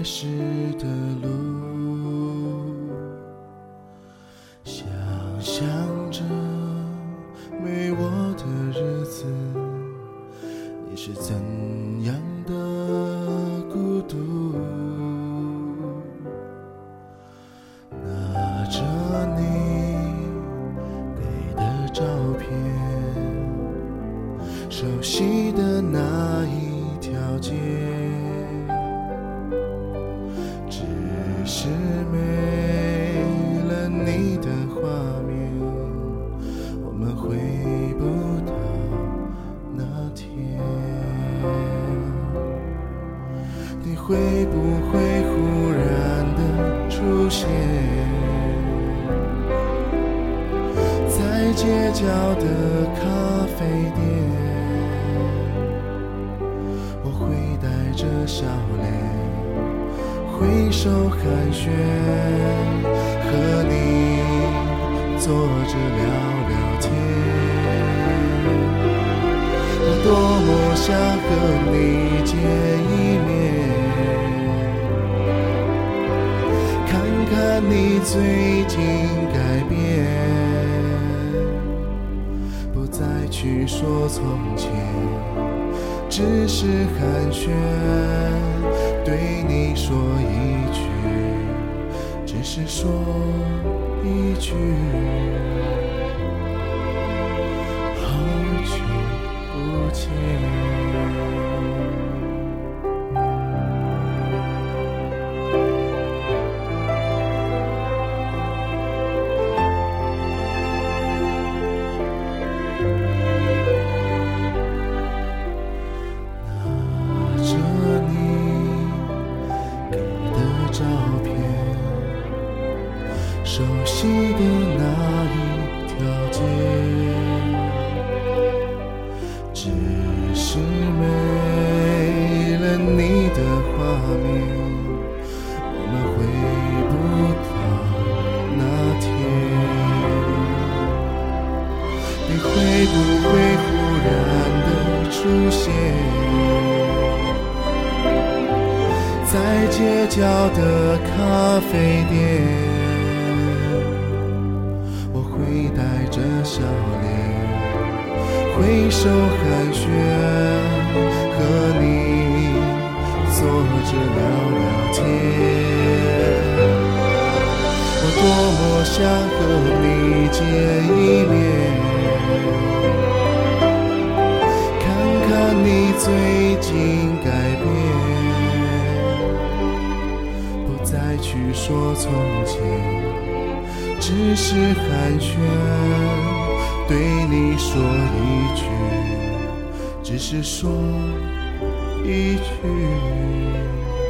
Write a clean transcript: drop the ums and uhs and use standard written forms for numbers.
开始的路，想象着没我的日子，你是怎样的孤独，拿着你给的照片，熟悉的那一条街，只是没了你的画面，我们回不到那天。你会不会忽然的出现在街角的咖啡店？我会带着笑脸挥手寒暄，和你坐着聊聊天。我多么想和你见一面，看看你最近改变，不再去说从前，只是寒暄，对你说一句，只是说一句，好久不见。照片，熟悉的那一条街，只是没了你的画面，我们回不到那天。你会不会忽然的出现在街角的咖啡店？我会带着笑脸挥手寒暄，和你坐着聊聊天。我多么想和你见一面，看看你最近改变，再去说从前，只是寒暄，对你说一句，只是说一句。